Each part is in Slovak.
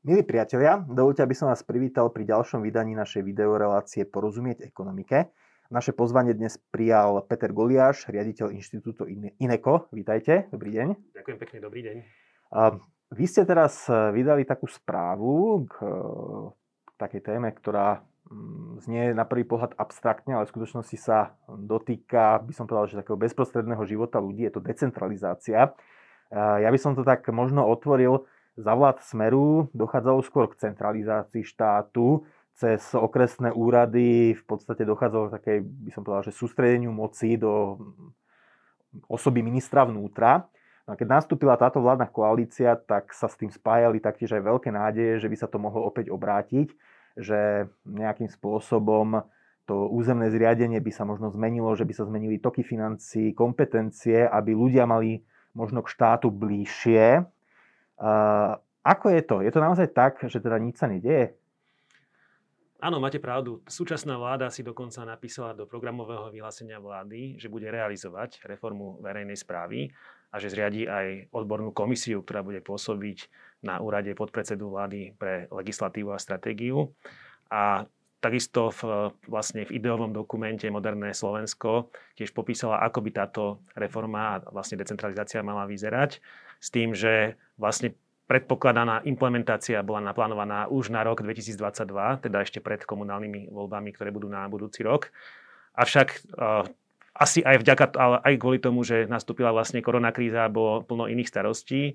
Milí priatelia, dovoľte, aby som vás privítal pri ďalšom vydaní našej videorelácie Porozumieť ekonomike. Naše pozvanie dnes prijal Peter Goliáš, riaditeľ inštitútu INECO. Vítajte, dobrý deň. Ďakujem pekne, dobrý deň. Vy ste teraz vydali takú správu k takej téme, ktorá znie na prvý pohľad abstraktne, ale v skutočnosti sa dotýka, by som povedal, že takého bezprostredného života ľudí. Je to decentralizácia. Ja by som to tak možno otvoril. Za vlád Smeru dochádzalo skôr k centralizácii štátu. Cez okresné úrady v podstate dochádzalo k takej, by som povedal, že sústredeniu moci do osoby ministra vnútra. No a keď nastúpila táto vládna koalícia, tak sa s tým spájali taktiež aj veľké nádeje, že by sa to mohlo opäť obrátiť, že nejakým spôsobom to územné zriadenie by sa možno zmenilo, že by sa zmenili toky financií, kompetencie, aby ľudia mali možno k štátu bližšie. Ako je to? Je to naozaj tak, že teda nič sa nedieje? Áno, máte pravdu. Súčasná vláda si dokonca napísala do programového vyhlásenia vlády, že bude realizovať reformu verejnej správy a že zriadí aj odbornú komisiu, ktorá bude pôsobiť na úrade podpredsedu vlády pre legislatívu a stratégiu. A takisto vlastne v ideovom dokumente Moderné Slovensko tiež popísala, ako by táto reforma a vlastne decentralizácia mala vyzerať, s tým, že vlastne predpokladaná implementácia bola naplánovaná už na rok 2022, teda ešte pred komunálnymi voľbami, ktoré budú na budúci rok. Avšak asi aj ale aj kvôli tomu, že nastúpila vlastne koronakríza a bolo plno iných starostí,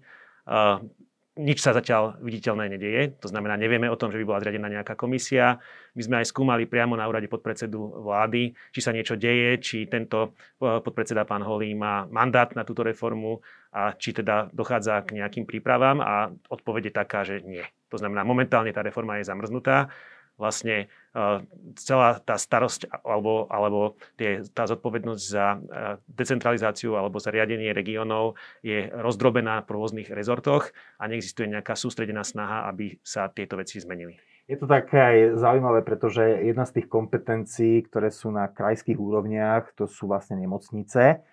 nič sa zatiaľ viditeľné nedieje. To znamená, nevieme o tom, že by bola zriadená nejaká komisia. My sme aj skúmali priamo na úrade podpredsedu vlády, či sa niečo deje, či tento podpredseda pán Holý má mandát na túto reformu a či teda dochádza k nejakým prípravám, a odpoveď je taká, že nie. To znamená, momentálne tá reforma je zamrznutá. Vlastne celá tá starosť alebo tá zodpovednosť za decentralizáciu alebo za riadenie regiónov je rozdrobená v rôznych rezortoch a neexistuje nejaká sústredená snaha, aby sa tieto veci zmenili. Je to také aj zaujímavé, pretože jedna z tých kompetencií, ktoré sú na krajských úrovniach, to sú vlastne nemocnice.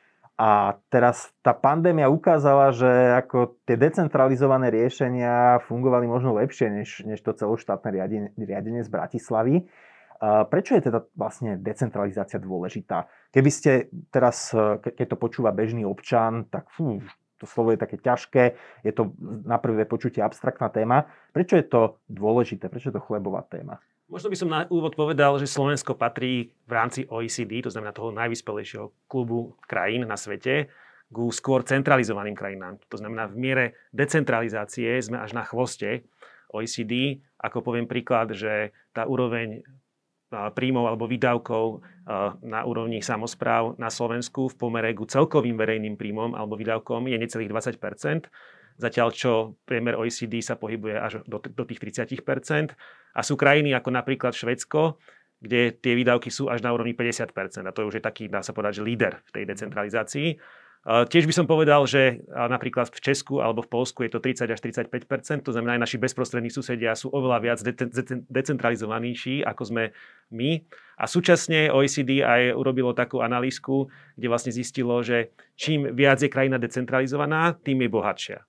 A teraz tá pandémia ukázala, že ako tie decentralizované riešenia fungovali možno lepšie než to celoštátne riadenie z Bratislavy. Prečo je teda vlastne decentralizácia dôležitá? Keby ste teraz, keď to počúva bežný občan, tak to slovo je také ťažké, je to na prvé počutie abstraktná téma. Prečo je to dôležité? Prečo je to chlebová téma? Možno by som na úvod povedal, že Slovensko patrí v rámci OECD, to znamená toho najvyspelejšieho klubu krajín na svete, ku skôr centralizovaným krajinám. To znamená, v miere decentralizácie sme až na chvoste OECD. Ako poviem príklad, že tá úroveň príjmov alebo výdavkov na úrovni samospráv na Slovensku v pomere ku celkovým verejným príjmom alebo výdavkom je necelých 20%. Zatiaľ čo priemer OECD sa pohybuje až do tých 30%. A sú krajiny ako napríklad Švédsko, kde tie výdavky sú až na úrovni 50%. A to už je taký, dá sa povedať, že líder v tej decentralizácii. Tiež by som povedal, že napríklad v Česku alebo v Poľsku je to 30 až 35%. To znamená, aj naši bezprostrední susedia sú oveľa viac decentralizovanejší, ako sme my. A súčasne OECD aj urobilo takú analýzku, kde vlastne zistilo, že čím viac je krajina decentralizovaná, tým je bohatšia.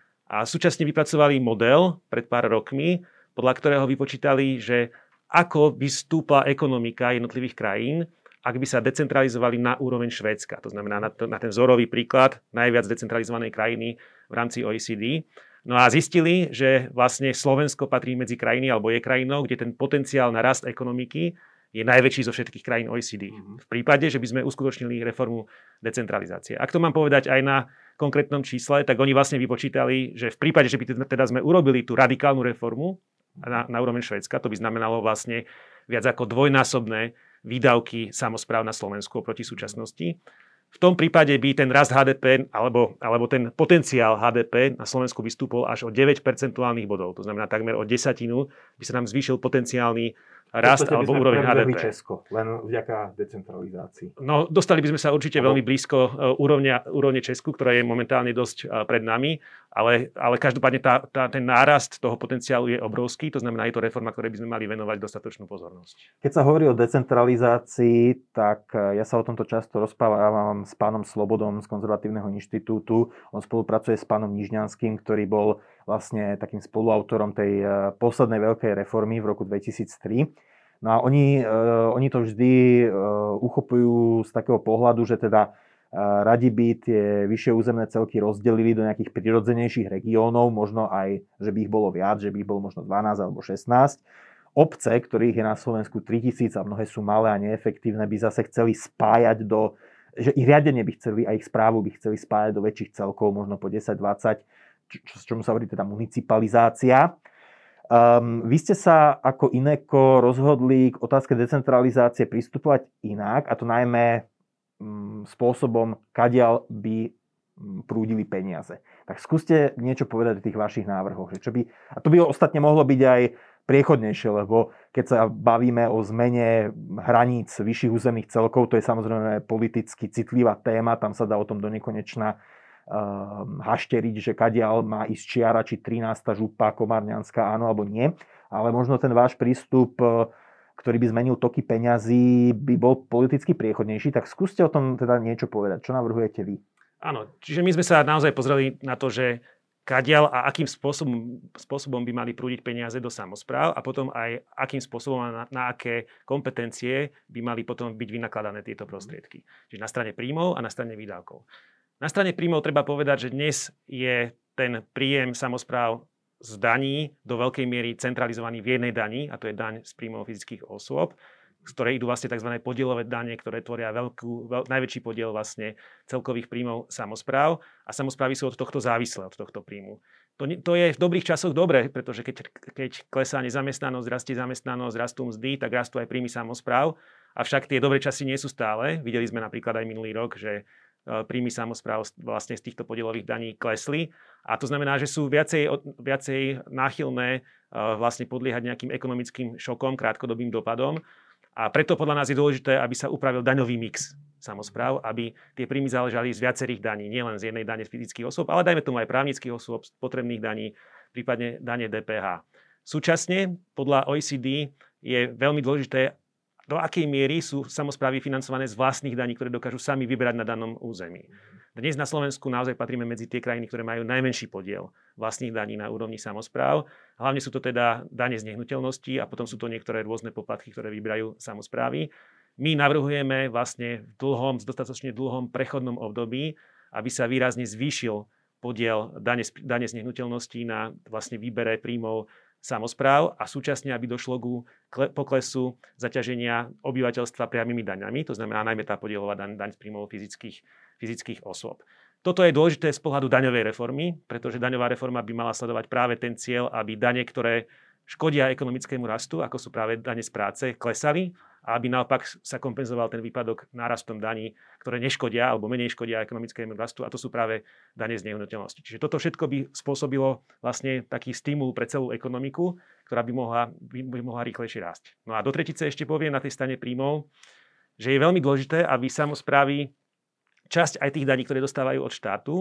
A súčasne vypracovali model pred pár rokmi, podľa ktorého vypočítali, že ako by stúpla ekonomika jednotlivých krajín, ak by sa decentralizovali na úroveň Švédska. To znamená na ten vzorový príklad najviac decentralizovanej krajiny v rámci OECD. No a zistili, že vlastne Slovensko patrí medzi krajiny, alebo je krajinou, kde ten potenciál na rast ekonomiky je najväčší zo všetkých krajín OECD. V prípade, že by sme uskutočnili reformu decentralizácie. Ak to mám povedať aj na konkrétnom čísle, tak oni vlastne vypočítali, že v prípade, že by teda sme urobili tú radikálnu reformu na úroveň Švédska, to by znamenalo vlastne viac ako dvojnásobné výdavky samospráv na Slovensku oproti súčasnosti. V tom prípade by ten rast HDP alebo ten potenciál HDP na Slovensku vystúpol až o 9 percentuálnych bodov. To znamená takmer o 10 by sa nám zvýšil potenciálny rast alebo úroveň HDP. Česko, len vďaka decentralizácii. No, dostali by sme sa určite veľmi blízko úrovne Česku, ktorá je momentálne dosť pred nami. Ale každopádne ten nárast toho potenciálu je obrovský, to znamená, je to reforma, ktorej by sme mali venovať dostatočnú pozornosť. Keď sa hovorí o decentralizácii, tak ja sa o tomto často rozprávam s pánom Slobodom z Konzervatívneho inštitútu. On spolupracuje s pánom Nižňanským, ktorý bol vlastne takým spoluautorom tej poslednej veľkej reformy v roku 2003. No a oni to vždy uchopujú z takého pohľadu, že teda radi by tie vyššie územné celky rozdelili do nejakých prirodzenejších regiónov, možno aj, že by ich bolo viac, že by ich bolo možno 12 alebo 16. Obce, ktorých je na Slovensku 3000 a mnohé sú malé a neefektívne, by zase chceli spájať že ich riadenie by chceli a ich správu by chceli spájať do väčších celkov, možno po 10-20, čomu sa hovorí teda municipalizácia. Vy ste sa ako INECO rozhodli k otázke decentralizácie pristupovať inak, a to najmä spôsobom, kadiaľ by prúdili peniaze. Tak skúste niečo povedať o tých vašich návrhoch. A to by ostatne mohlo byť aj priechodnejšie, lebo keď sa bavíme o zmene hraníc vyšších územných celkov, to je samozrejme politicky citlivá téma, tam sa dá o tom donekonečna hašteriť, že kadiaľ má ísť čiara, či 13. župa komárňanská, áno alebo nie. Ale možno ten váš prístup, ktorý by zmenil toky peňazí, by bol politicky priechodnejší. Tak skúste o tom teda niečo povedať. Čo navrhujete vy? Áno, čiže my sme sa naozaj pozreli na to, že kadiaľ a akým spôsobom by mali prúdiť peniaze do samospráv a potom aj akým spôsobom a na aké kompetencie by mali potom byť vynakladané tieto prostriedky. Čiže na strane príjmov a na strane výdavkov. Na strane príjmov treba povedať, že dnes je ten príjem samospráv z daní do veľkej miery centralizovaný v jednej dani, a to je daň z príjmov fyzických osôb, z ktorej idú vlastne tzv. Podielové dane, ktoré tvoria najväčší podiel vlastne celkových príjmov samospráv, a samosprávy sú od tohto závislé, od tohto príjmu. To je v dobrých časoch dobre, pretože keď klesá nezamestnanosť, rastie zamestnanosť, rastú mzdy, tak rastú aj príjmy samospráv. Avšak tie dobré časy nie sú stále. Videli sme napríklad aj minulý rok, že príjmy samospráv vlastne z týchto podielových daní klesli. A to znamená, že sú viacej náchylné vlastne podliehať nejakým ekonomickým šokom, krátkodobým dopadom. A preto podľa nás je dôležité, aby sa upravil daňový mix samospráv, aby tie príjmy záležali z viacerých daní, nielen z jednej dane z fyzických osôb, ale dajme tomu aj právnických osôb, potrebných daní, prípadne dane DPH. Súčasne podľa OECD je veľmi dôležité, do akej miery sú samosprávy financované z vlastných daní, ktoré dokážu sami vyberať na danom území. Dnes na Slovensku naozaj patríme medzi tie krajiny, ktoré majú najmenší podiel vlastných daní na úrovni samospráv. Hlavne sú to teda dane z nehnuteľností a potom sú to niektoré rôzne poplatky, ktoré vyberajú samosprávy. My navrhujeme vlastne v dostatočne dlhom prechodnom období, aby sa výrazne zvýšil podiel dane z nehnuteľností na vlastne výbere príjmov samospráv a súčasne, aby došlo ku poklesu zaťaženia obyvateľstva priamymi daňami, to znamená najmä tá podielová daň z príjmov fyzických osôb. Toto je dôležité z pohľadu daňovej reformy, pretože daňová reforma by mala sledovať práve ten cieľ, aby dane, ktoré škodia ekonomickému rastu, ako sú práve dane z práce, klesali, a aby naopak sa kompenzoval ten výpadok nárastom daní, ktoré neškodia alebo menej škodia ekonomickému rastu, a to sú práve dane z nehnuteľnosti. Čiže toto všetko by spôsobilo vlastne taký stimul pre celú ekonomiku, ktorá by mohla rýchlejšie rásť. No a do tretice ešte poviem na tej strane príjmov, že je veľmi dôležité, aby samosprávy časť aj tých daní, ktoré dostávajú od štátu,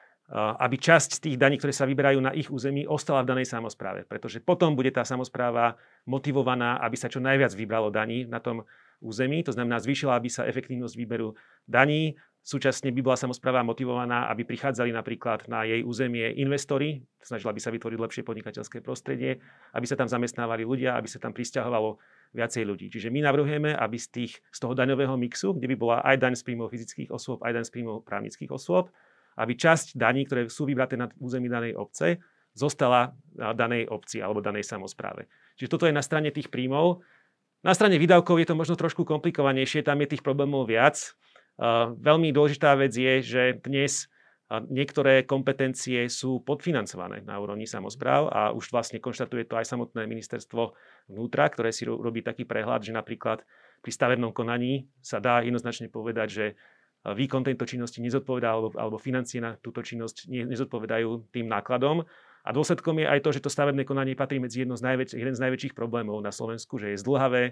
aby časť z tých daní, ktoré sa vyberajú na ich území, ostala v danej samospráve. Pretože potom bude tá samospráva motivovaná, aby sa čo najviac vybralo daní na tom území. To znamená, zvýšila by sa efektívnosť výberu daní. Súčasne by bola samospráva motivovaná, aby prichádzali napríklad na jej územie investori, snažila by sa vytvoriť lepšie podnikateľské prostredie, aby sa tam zamestnávali ľudia, aby sa tam prisťahovalo viacej ľudí. Čiže my navrhujeme, aby z toho daňového mixu, kde by bola aj daň z príjmov fyzických osôb, aj daň z príjmov právnických osôb, aby časť daní, ktoré sú vybraté na území danej obce, zostala na danej obci alebo danej samospráve. Čiže toto je na strane tých príjmov. Na strane výdavkov je to možno trošku komplikovanejšie, tam je tých problémov viac. Veľmi dôležitá vec je, že dnes niektoré kompetencie sú podfinancované na úrovni samospráv a už vlastne konštatuje to aj samotné ministerstvo vnútra, ktoré si robí taký prehľad, že napríklad pri stavebnom konaní sa dá jednoznačne povedať, že výkon tejto činnosti nezodpovedá, alebo financie na túto činnosť nezodpovedajú tým nákladom. A dôsledkom je aj to, že to stavebné konanie patrí medzi jeden z najväčších problémov na Slovensku, že je zdĺhavé,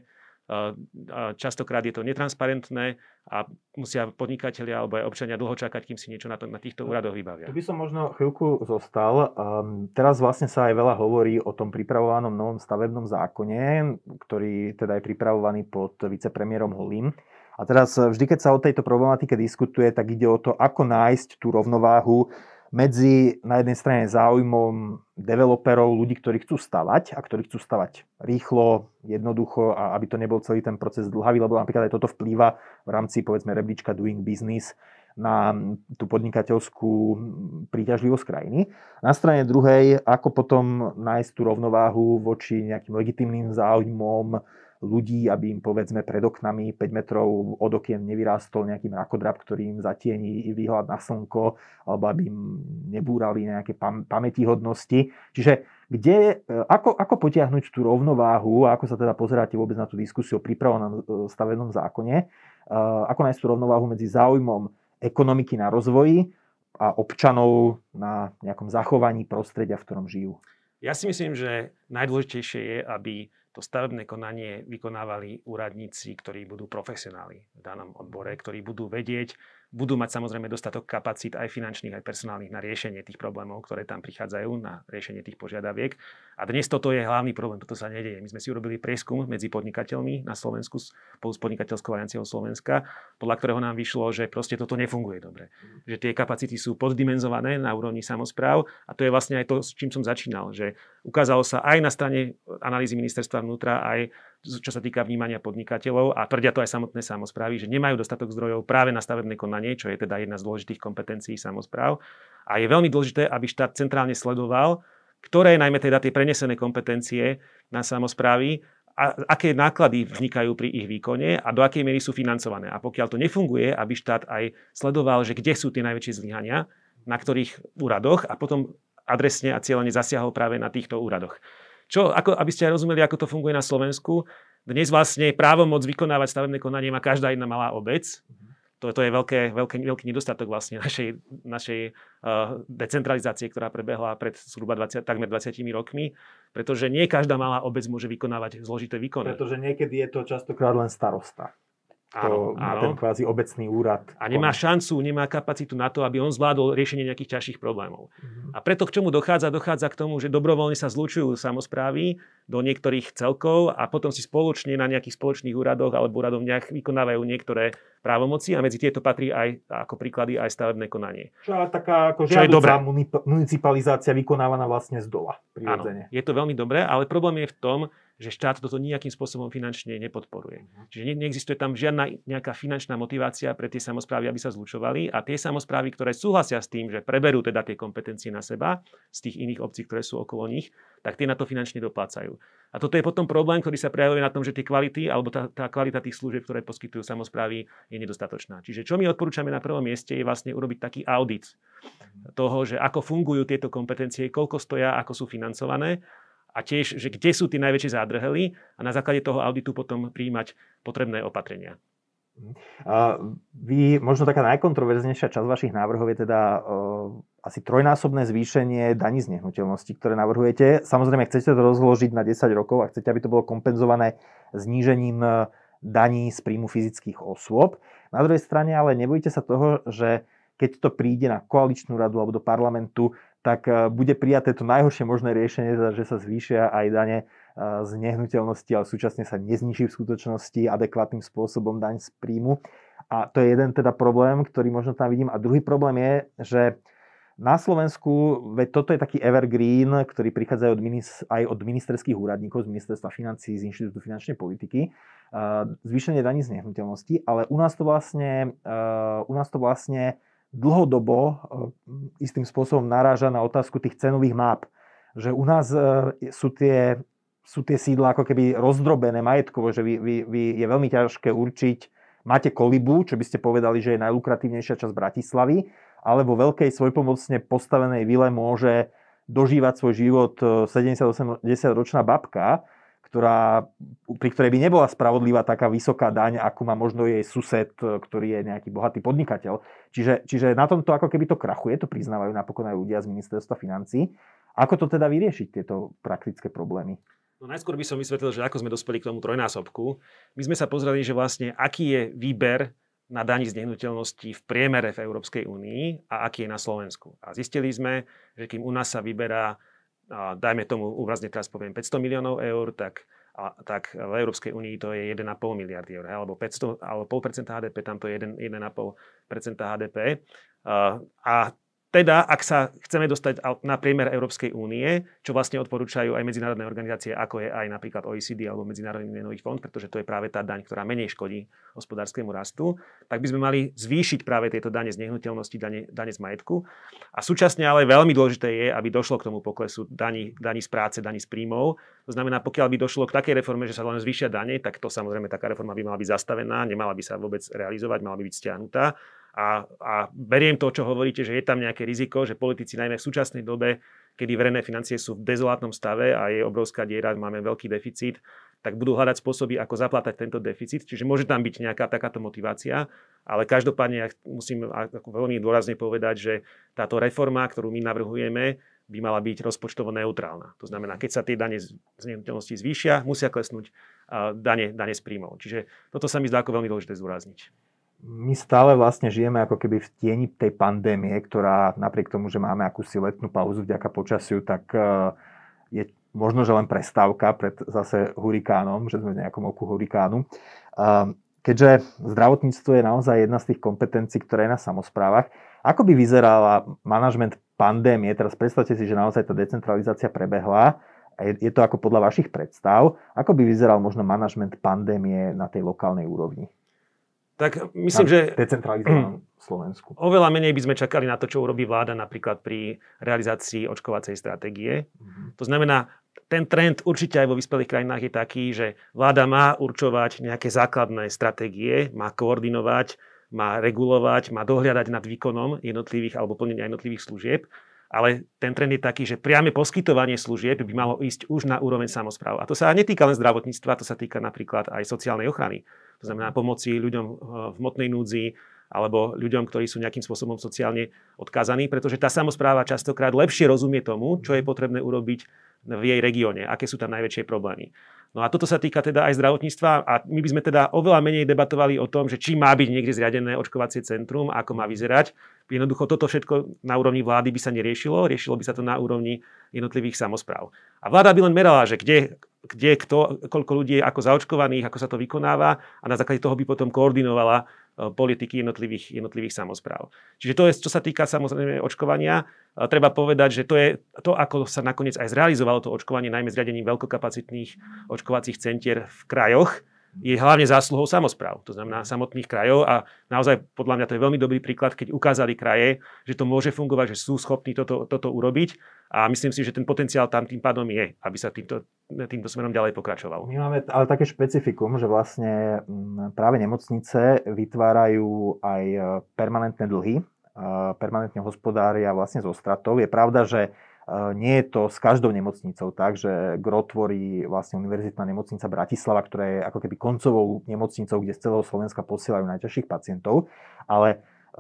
Častokrát je to netransparentné a musia podnikatelia alebo aj občania dlho čakať, kým si niečo na týchto úradoch vybavia. Tu by som možno chvíľku zostal. Teraz vlastne sa aj veľa hovorí o tom pripravovanom novom stavebnom zákone, ktorý teda je pripravovaný pod vicepremiérom Holým. A teraz vždy, keď sa o tejto problematike diskutuje, tak ide o to, ako nájsť tú rovnováhu medzi na jednej strane záujmom developerov, ľudí, ktorí chcú stavať a ktorí chcú stavať rýchlo, jednoducho a aby to nebol celý ten proces dlhavý, lebo napríklad aj toto vplýva v rámci, povedzme, rebríčka Doing Business na tú podnikateľskú príťažlivosť krajiny. Na strane druhej, ako potom nájsť tú rovnováhu voči nejakým legitímnym záujmom ľudí, aby im, povedzme, pred oknami 5 metrov od okien nevyrástol nejaký mrakodrap, ktorý im zatieni výhľad na slnko, alebo aby im nebúrali nejaké pamätihodnosti. Čiže ako potiahnuť tú rovnováhu, ako sa teda pozeráte vôbec na tú diskusiu o pripravovanom stavebnom zákone, ako nájsť tú rovnováhu medzi záujmom ekonomiky na rozvoji a občanov na nejakom zachovaní prostredia, v ktorom žijú? Ja si myslím, že najdôležitejšie je, aby to stavebné konanie vykonávali úradníci, ktorí budú profesionáli v danom odbore, ktorí budú vedieť, budú mať samozrejme dostatok kapacít aj finančných, aj personálnych na riešenie tých problémov, ktoré tam prichádzajú, na riešenie tých požiadaviek. A dnes toto je hlavný problém, toto sa nedieje. My sme si urobili prieskum medzi podnikateľmi na Slovensku spolu s podnikateľskou alianciou Slovenska, podľa ktorého nám vyšlo, že proste toto nefunguje dobre. Že tie kapacity sú poddimenzované na úrovni samospráv a to je vlastne aj to, s čím som začínal, že ukázalo sa aj na strane analýzy ministerstva vnútra, aj čo sa týka vnímania podnikateľov a tvrdia to aj samotné samosprávy, že nemajú dostatok zdrojov práve na stavebné konanie, čo je teda jedna z dôležitých kompetencií samospráv. A je veľmi dôležité, aby štát centrálne sledoval, ktoré najmä teda tie prenesené kompetencie na samosprávy a aké náklady vznikajú pri ich výkone a do akej miery sú financované. A pokiaľ to nefunguje, aby štát aj sledoval, že kde sú tie najväčšie zlyhania, na ktorých úradoch a potom adresne a cieľene zasiahol práve na týchto úradoch. Aby ste aj rozumeli, ako to funguje na Slovensku, dnes vlastne právomoc vykonávať stavebné konanie má každá jedna malá obec. To je veľký nedostatok vlastne našej decentralizácie, ktorá prebehla pred zhruba takmer 20 rokmi, pretože nie každá malá obec môže vykonávať zložité výkony. Pretože niekedy je to častokrát len starosta. Áno. Ten kvázi obecný úrad. A nemá šancu, nemá kapacitu na to, aby on zvládol riešenie nejakých ťažších problémov. A preto k čomu dochádza k tomu, že dobrovoľne sa zlučujú samosprávy do niektorých celkov a potom si spoločne na nejakých spoločných úradoch alebo úradov vykonávajú niektoré právomoci a medzi tieto patrí aj ako príklady aj stavebné konanie. Čo je taká ako žiaduca municipalizácia vykonávaná vlastne z dola. Áno, je to veľmi dobré, ale problém je v tom, že štát toto nejakým spôsobom finančne nepodporuje. Čiže neexistuje tam žiadna nejaká finančná motivácia pre tie samosprávy, aby sa zlučovali a tie samosprávy, ktoré súhlasia s tým, že preberú teda tie kompetencie na seba z tých iných obcí, ktoré sú okolo nich, tak tie na to finančne doplácajú. A toto je potom problém, ktorý sa prejavuje na tom, že tie kvality alebo tá kvalita tých služieb, ktoré poskytujú samosprávy, je nedostatočná. Čiže čo my odporúčame na prvom mieste je vlastne urobiť taký audit toho, že ako fungujú tieto kompetencie, koľko stoja, ako sú financované a tiež, že kde sú tie najväčšie zádrhely a na základe toho auditu potom prijímať potrebné opatrenia. Vy, možno taká najkontroverznejšia časť vašich návrhov je teda asi trojnásobné zvýšenie daní z nehnuteľnosti, ktoré navrhujete. Samozrejme, chcete to rozložiť na 10 rokov a chcete, aby to bolo kompenzované znížením daní z príjmu fyzických osôb. Na druhej strane ale nebojte sa toho, že keď to príde na koaličnú radu alebo do parlamentu, tak bude prijaté to najhoršie možné riešenie, že sa zvýšia aj dane z nehnuteľnosti, ale súčasne sa nezniží v skutočnosti adekvátnym spôsobom daň z príjmu. A to je jeden teda problém, ktorý možno tam vidím. A druhý problém je, že na Slovensku, veď toto je taký evergreen, ktorý prichádza aj od ministerských úradníkov, z ministerstva financií, z Inštitútu finančnej politiky, zvýšenie daní z nehnuteľnosti, ale u nás to vlastne dlhodobo istým spôsobom naráža na otázku tých cenových máp. Že u nás sú tie sídla ako keby rozdrobené majetkovo, že je veľmi ťažké určiť, máte Kolibu, čo by ste povedali, že je najlukratívnejšia časť Bratislavy, ale vo veľkej svojpomocne postavenej vile môže dožívať svoj život 70-80 ročná babka, pri ktorej by nebola spravodlivá taká vysoká daň, ako má možno jej sused, ktorý je nejaký bohatý podnikateľ. Čiže na tomto ako keby to krachuje, to priznávajú napokon aj ľudia z ministerstva financií. Ako to teda vyriešiť, tieto praktické problémy? No najskôr by som vysvetlil, že ako sme dospeli k tomu trojnásobku. My sme sa pozreli, že vlastne aký je výber na daní z nehnuteľností v priemere v Európskej únii a aký je na Slovensku. A zistili sme, že kým u nás sa vyberá, dajme tomu, úrazne teraz poviem, 500 miliónov eur, tak v Európskej únii to je 1,5 miliardy eur, alebo 500, alebo 0,5% HDP, tam to je 1,5% HDP. A teda, ak sa chceme dostať na priemer Európskej únie, čo vlastne odporúčajú aj medzinárodné organizácie, ako je aj napríklad OECD alebo Medzinárodný menový fond, pretože to je práve tá daň, ktorá menej škodí hospodárskemu rastu, tak by sme mali zvýšiť práve tieto dane z nehnuteľnosti, dane z majetku. A súčasne ale veľmi dôležité je, aby došlo k tomu poklesu daní z práce, daní z príjmov. To znamená, pokiaľ by došlo k takej reforme, že sa len zvýšia dane, tak to samozrejme taká reforma by mala byť zastavená, nemala by sa vôbec realizovať, mala by byť stiahnutá. A beriem to, čo hovoríte, že je tam nejaké riziko, že politici najmä v súčasnej dobe, kedy verejné financie sú v dezolátnom stave a je obrovská diera, máme veľký deficit, tak budú hľadať spôsoby, ako zaplatať tento deficit. Čiže môže tam byť nejaká takáto motivácia, ale každopádne ja musím ako veľmi dôrazne povedať, že táto reforma, ktorú my navrhujeme, by mala byť rozpočtovo neutrálna. To znamená, keď sa tie dane z nehnuteľností zvýšia, musia klesnúť dane z príjmov. Čiže toto sa mi zdá ako veľmi dôležité zdôrazniť. My stále vlastne žijeme ako keby v tieni tej pandémie, ktorá napriek tomu, že máme akúsi letnú pauzu vďaka počasiu, tak je možno, že len prestávka pred zase hurikánom, že sme v nejakom oku hurikánu. Keďže zdravotníctvo je naozaj jedna z tých kompetencií, ktoré je na samosprávach, ako by vyzerala manažment pandémie? Teraz predstavte si, že naozaj tá decentralizácia prebehla. Je to ako podľa vašich predstav. Ako by vyzeral možno manažment pandémie na tej lokálnej úrovni? Tak myslím, že decentralizovanom Slovensku. Oveľa menej by sme čakali na to, čo urobí vláda napríklad pri realizácii očkovacej stratégie. To znamená, ten trend určite aj vo vyspelých krajinách je taký, že vláda má určovať nejaké základné stratégie, má koordinovať, má regulovať, má dohliadať nad výkonom jednotlivých alebo plnenia jednotlivých služieb. Ale ten trend je taký, že priame poskytovanie služieb by malo ísť už na úroveň samospráv. A to sa netýka len zdravotníctva, to sa týka napríklad aj sociálnej ochrany. To znamená pomoci ľuďom v hmotnej núdzi alebo ľuďom, ktorí sú nejakým spôsobom sociálne odkázaní, pretože tá samospráva častokrát lepšie rozumie tomu, čo je potrebné urobiť v jej regióne, aké sú tam najväčšie problémy. No a toto sa týka teda aj zdravotníctva a my by sme teda oveľa menej debatovali o tom, že či má byť niekde zriadené očkovacie centrum, ako má vyzerať. Jednoducho toto všetko na úrovni vlády by sa neriešilo, riešilo by sa to na úrovni jednotlivých samospráv. A vláda by len merala, že kde koľko ľudí je ako zaočkovaných, ako sa to vykonáva a na základe toho by potom koordinovala politiky jednotlivých samospráv. Čiže to je, čo sa týka samozrejme očkovania. Treba povedať, že to je to, ako sa nakoniec aj zrealizovalo to očkovanie, najmä zriadením veľkokapacitných očkovacích centier v krajoch, je hlavne zásluhou samospráv, to znamená samotných krajov a naozaj podľa mňa to je veľmi dobrý príklad, keď ukázali kraje, že to môže fungovať, že sú schopní toto urobiť a myslím si, že ten potenciál tam tým pádom je, aby sa týmto smerom ďalej pokračoval. My máme ale také špecifikum, že vlastne práve nemocnice vytvárajú aj permanentné dlhy, permanentne hospodária vlastne so stratou. Je pravda, že nie je to s každou nemocnicou tak, že gro tvorí vlastne Univerzitná nemocnica Bratislava, ktorá je ako keby koncovou nemocnicou, kde z celého Slovenska posielajú najťažších pacientov. Ale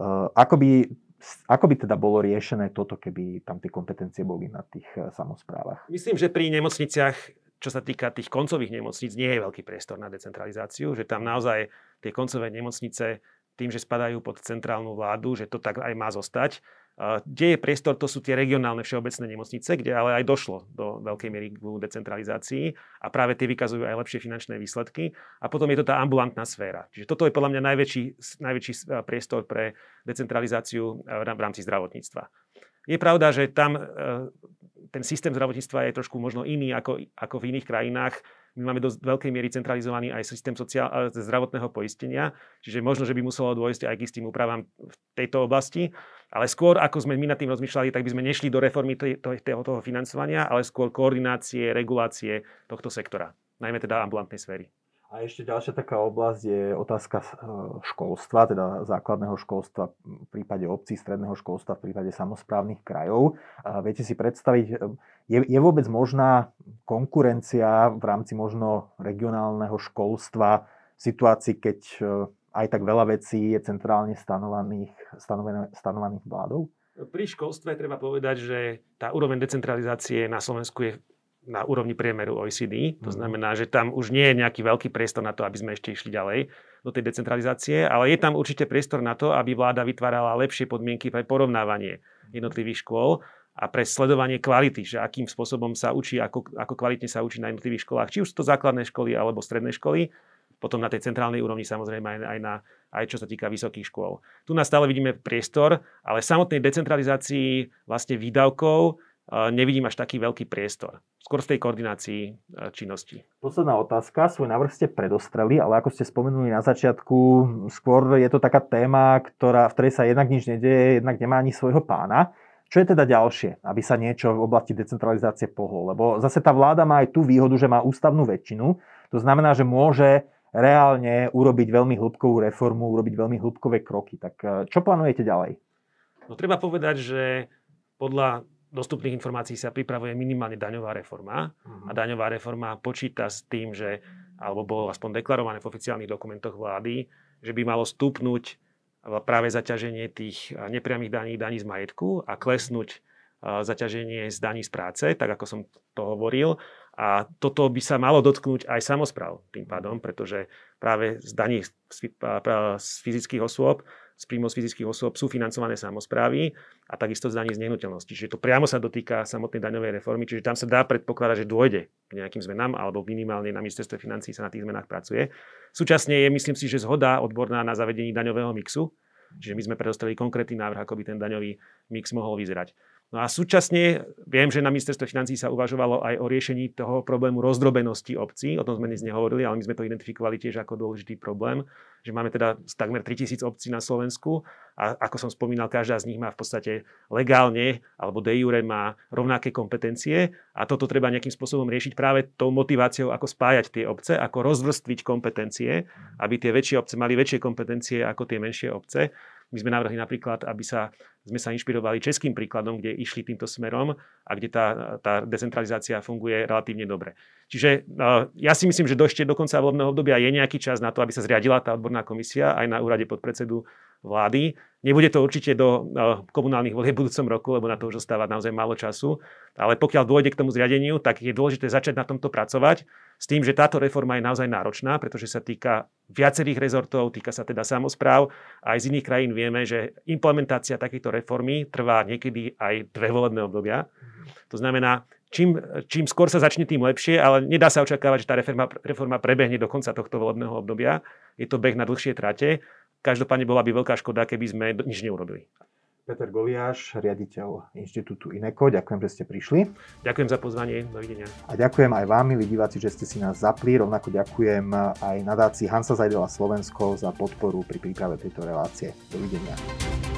ako by teda bolo riešené toto, keby tam tie kompetencie boli na tých samosprávach? Myslím, že pri nemocniciach, čo sa týka tých koncových nemocníc, nie je veľký priestor na decentralizáciu, že tam naozaj tie koncové nemocnice tým, že spadajú pod centrálnu vládu, že to tak aj má zostať. Kde je priestor, to sú tie regionálne všeobecné nemocnice, kde ale aj došlo do veľkej miery k decentralizácii a práve tie vykazujú aj lepšie finančné výsledky. A potom je to tá ambulantná sféra. Čiže toto je podľa mňa najväčší priestor pre decentralizáciu v rámci zdravotníctva. Je pravda, že tam ten systém zdravotníctva je trošku možno iný ako v iných krajinách. My máme do veľkej miery centralizovaný aj systém zdravotného poistenia, čiže možno, že by muselo dôjsť aj k istým úpravám v tejto oblasti, ale skôr, ako sme my nad tým rozmýšľali, tak by sme nešli do reformy toho financovania, ale skôr koordinácie, regulácie tohto sektora, najmä teda ambulantnej sféry. A ešte ďalšia taká oblasť je otázka školstva, teda základného školstva v prípade obcí, stredného školstva v prípade samosprávnych krajov. Viete si predstaviť, je vôbec možná konkurencia v rámci možno regionálneho školstva v situácii, keď aj tak veľa vecí je centrálne stanovených vládou? Pri školstve treba povedať, že tá úroveň decentralizácie na Slovensku je na úrovni priemeru OECD. To znamená, že tam už nie je nejaký veľký priestor na to, aby sme ešte išli ďalej do tej decentralizácie, ale je tam určite priestor na to, aby vláda vytvárala lepšie podmienky pre porovnávanie jednotlivých škôl a pre sledovanie kvality, že akým spôsobom sa učí, ako kvalitne sa učí na jednotlivých školách, či už sú to základné školy alebo stredné školy, potom na tej centrálnej úrovni samozrejme aj čo sa týka vysokých škôl. Tu nás stále vidíme priestor, ale samotnej decentralizácii vlastne výdavkov nevidím až taký veľký priestor. Skôr v tej koordinácii činnosti. Posledná otázka. Svoj návrh ste predostreli, ale ako ste spomenuli na začiatku, skôr je to taká téma, v ktorej sa jednak nič nedeje, jednak nemá ani svojho pána. Čo je teda ďalšie, aby sa niečo v oblasti decentralizácie pohlo? Lebo zase tá vláda má aj tú výhodu, že má ústavnú väčšinu. To znamená, že môže reálne urobiť veľmi hĺbkovú reformu, urobiť veľmi hĺbkové kroky. Tak čo plánujete ďalej? No treba povedať, že podľa dostupných informácií sa pripravuje minimálne daňová reforma. A daňová reforma počíta s tým, že, alebo bolo aspoň deklarované v oficiálnych dokumentoch vlády, že by malo stúpnuť práve zaťaženie tých nepriamých daní z majetku a klesnúť zaťaženie z daní z práce, tak ako som to hovoril. A toto by sa malo dotknúť aj samospráv tým pádom, pretože práve z daní z fyzických osôb, z príjmov z fyzických osôb sú financované samosprávy a takisto z daní z nehnuteľnosti. Čiže to priamo sa dotýka samotnej daňovej reformy, čiže tam sa dá predpokladať, že dôjde k nejakým zmenám, alebo minimálne na ministerstve financií sa na tých zmenách pracuje. Súčasne je, myslím si, že zhoda odborná na zavedení daňového mixu, čiže my sme predostreli konkrétny návrh, ako by ten daňový mix mohol vyzerať. No a súčasne viem, že na ministerstve financií sa uvažovalo aj o riešení toho problému rozdrobenosti obcí. O tom sme dnes nehovorili, ale my sme to identifikovali tiež ako dôležitý problém, že máme teda takmer 3000 obcí na Slovensku a ako som spomínal, každá z nich má v podstate legálne alebo de jure má rovnaké kompetencie a toto treba nejakým spôsobom riešiť práve tou motiváciou, ako spájať tie obce, ako rozvrstviť kompetencie, aby tie väčšie obce mali väčšie kompetencie ako tie menšie obce. My sme navrhli napríklad, sme sa inšpirovali českým príkladom, kde išli týmto smerom a kde tá decentralizácia funguje relatívne dobre. Čiže ja si myslím, že ešte do konca volebného obdobia je nejaký čas na to, aby sa zriadila tá odborná komisia aj na úrade podpredsedu vlády. Nebude to určite do komunálnych volieb v budúcom roku, lebo na to už zostáva naozaj málo času. Ale pokiaľ dôjde k tomu zriadeniu, tak je dôležité začať na tomto pracovať s tým, že táto reforma je naozaj náročná, pretože sa týka viacerých rezortov, týka sa teda samospráv. Aj z iných krajín vieme, že implementácia takejto reformy trvá niekedy aj 2 volebné obdobia. To znamená, čím skôr sa začne, tým lepšie, ale nedá sa očakávať, že tá reforma prebehne do konca tohto volebného obdobia. Je to beh na dlhšie trate. Každopádne bola by veľká škoda, keby sme nič neurobili. Peter Goliáš, riaditeľ Inštitútu INECO. Ďakujem, že ste prišli. Ďakujem za pozvanie. Dovidenia. A ďakujem aj vám, milí diváci, že ste si nás zapli. Rovnako ďakujem aj nadácii Hansa Zajdela Slovensko za podporu pri príprave tejto relácie. Dovidenia.